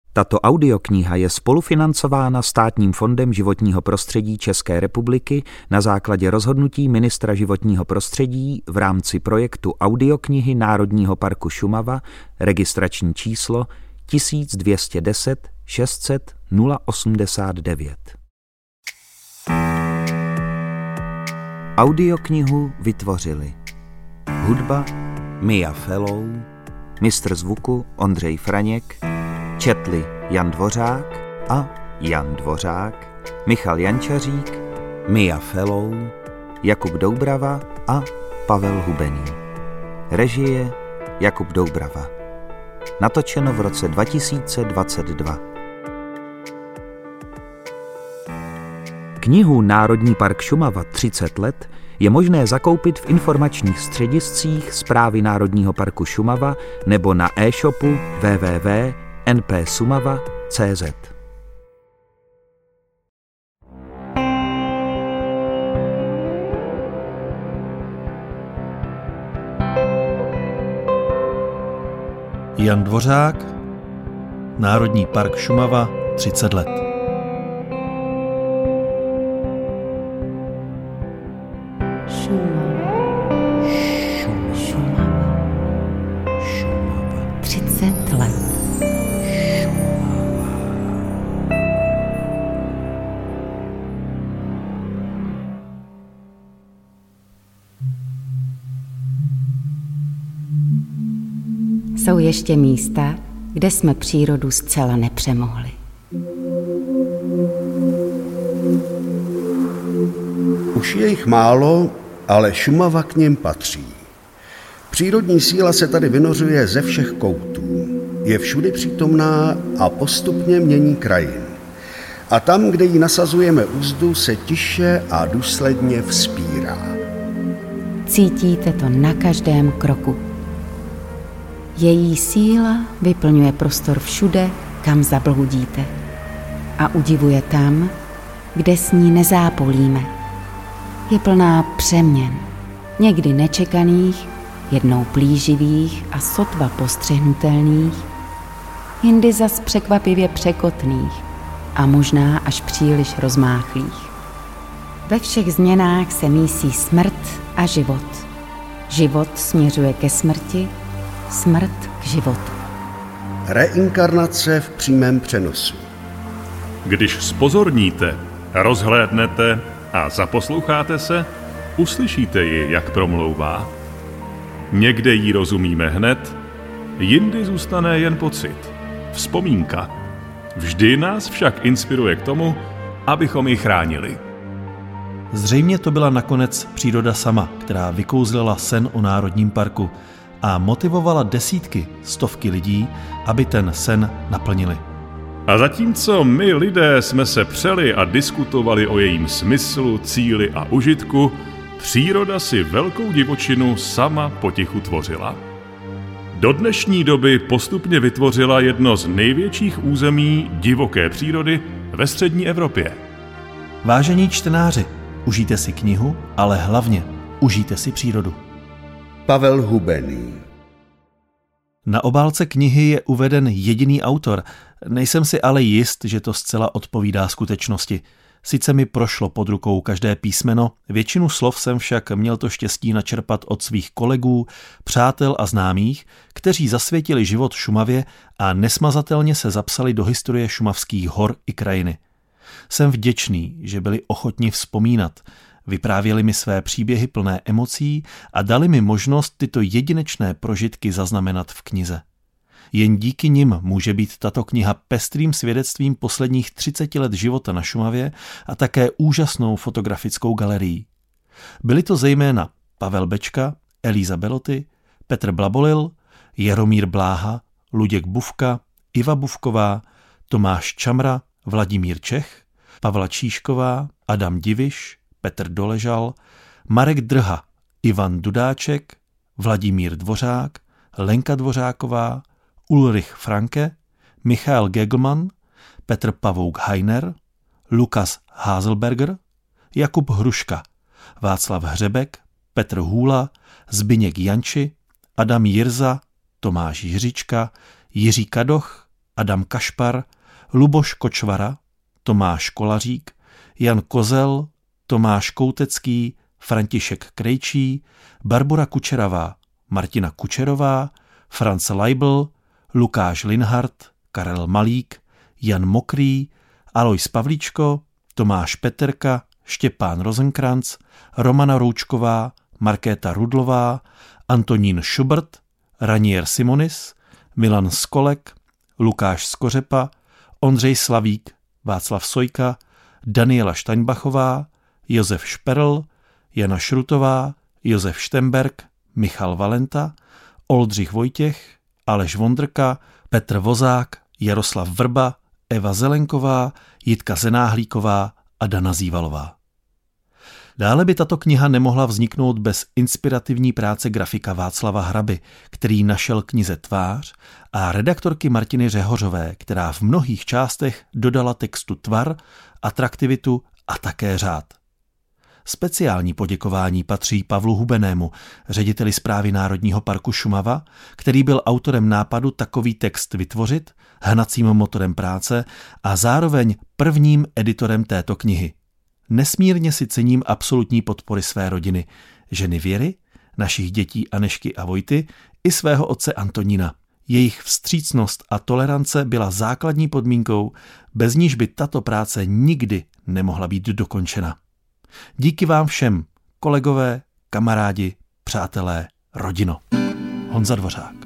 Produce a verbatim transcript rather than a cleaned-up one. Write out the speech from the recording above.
Tato audiokniha je spolufinancována Státním fondem životního prostředí České republiky na základě rozhodnutí ministra životního prostředí v rámci projektu audioknihy Národního parku Šumava, registrační číslo tisíc dvě stě deset šest set nula osmdesát devět. Audioknihu vytvořili hudba Mia Fellow, mistr zvuku Ondřej Franěk, četli Jan Dvořák a Jan Dvořák, Michal Jančařík, Mia Fellow, Jakub Doubrava a Pavel Hubený. Režie Jakub Doubrava. Natočeno v roce dva tisíce dvacet dva. Knihu Národní park Šumava třicet let je možné zakoupit v informačních střediscích Správy Národního parku Šumava nebo na e-shopu w w w tečka n p sumava tečka c z. Jan Dvořák, Národní park Šumava třicet let. Šumava. Šumava. Šumava. třicet let. Šumava. Jsou ještě místa, kde jsme přírodu zcela nepřemohli. Už je jich málo, ale Šumava k nim patří. Přírodní síla se tady vynořuje ze všech koutů. Je všudy přítomná a postupně mění krajin. A tam, kde jí nasazujeme úzdu, se tiše a důsledně vzpírá. Cítíte to na každém kroku. Její síla vyplňuje prostor všude, kam zabloudíte. A udivuje tam, kde s ní nezápolíme. Je plná přeměn, někdy nečekaných, jednou plíživých a sotva postřehnutelných, jindy zas překvapivě překotných a možná až příliš rozmáchlých. Ve všech změnách se mísí smrt a život. Život směřuje ke smrti, smrt k životu. Reinkarnace v přímém přenosu. Když zpozorníte, rozhlédnete a zaposloucháte se, uslyšíte ji, jak promlouvá. Někde jí rozumíme hned, jindy zůstane jen pocit, vzpomínka. Vždy nás však inspiruje k tomu, abychom ji chránili. Zřejmě to byla nakonec příroda sama, která vykouzlila sen o Národním parku a motivovala desítky, stovky lidí, aby ten sen naplnili. A zatímco my lidé jsme se přeli a diskutovali o jejím smyslu, cíli a užitku, příroda si velkou divočinu sama potichu tvořila. Do dnešní doby postupně vytvořila jedno z největších území divoké přírody ve střední Evropě. Vážení čtenáři, užijte si knihu, ale hlavně užijte si přírodu. Pavel Hubený. Na obálce knihy je uveden jediný autor, nejsem si ale jist, že to zcela odpovídá skutečnosti. Sice mi prošlo pod rukou každé písmeno, většinu slov jsem však měl to štěstí načerpat od svých kolegů, přátel a známých, kteří zasvětili život Šumavě a nesmazatelně se zapsali do historie šumavských hor i krajiny. Jsem vděčný, že byli ochotni vzpomínat, vyprávěli mi své příběhy plné emocí a dali mi možnost tyto jedinečné prožitky zaznamenat v knize. Jen díky nim může být tato kniha pestrým svědectvím posledních třiceti let života na Šumavě a také úžasnou fotografickou galerií. Byli to zejména Pavel Bečka, Elíza Beloty, Petr Blabolil, Jaromír Bláha, Luděk Bufka, Iva Bufková, Tomáš Čamra, Vladimír Čech, Pavla Číšková, Adam Diviš, Petr Doležal, Marek Drha, Ivan Dudáček, Vladimír Dvořák, Lenka Dvořáková, Ulrich Franke, Michael Gegelmann, Petr Pavouk Heiner, Lukas Haselberger, Jakub Hruška, Václav Hřebek, Petr Hůla, Zbyněk Janči, Adam Jirza, Tomáš Jiřička, Jiří Kadoch Adam Kašpar, Luboš Kočvara, Tomáš Kolařík, Jan Kozel, Tomáš Koutecký, František Krejčí, Barbora Kučerová, Martina Kučerová, Franz Leibl, Lukáš Linhart, Karel Malík, Jan Mokrý, Alois Pavlíčko, Tomáš Peterka, Štěpán Rozenkranc, Romana Roučková, Markéta Rudlová, Antonín Schubert, Ranier Simonis, Milan Skolek, Lukáš Skořepa, Ondřej Slavík, Václav Sojka, Daniela Steinbachová, Josef Šperl, Jana Šrutová, Josef Štemberg, Michal Valenta, Oldřich Vojtěch, Aleš Vondrka, Petr Vozák, Jaroslav Vrba, Eva Zelenková, Jitka Zenáhlíková a Dana Zívalová. Dále by tato kniha nemohla vzniknout bez inspirativní práce grafika Václava Hraby, který našel knize tvář, a redaktorky Martiny Řehořové, která v mnohých částech dodala textu tvar, atraktivitu a také řád. Speciální poděkování patří Pavlu Hubenému, řediteli Správy Národního parku Šumava, který byl autorem nápadu takový text vytvořit, hnacím motorem práce a zároveň prvním editorem této knihy. Nesmírně si cením absolutní podpory své rodiny, ženy Věry, našich dětí Anešky a Vojty i svého otce Antonína. Jejich vstřícnost a tolerance byla základní podmínkou, bez níž by tato práce nikdy nemohla být dokončena. Díky vám všem, kolegové, kamarádi, přátelé, rodino. Honza Dvořák.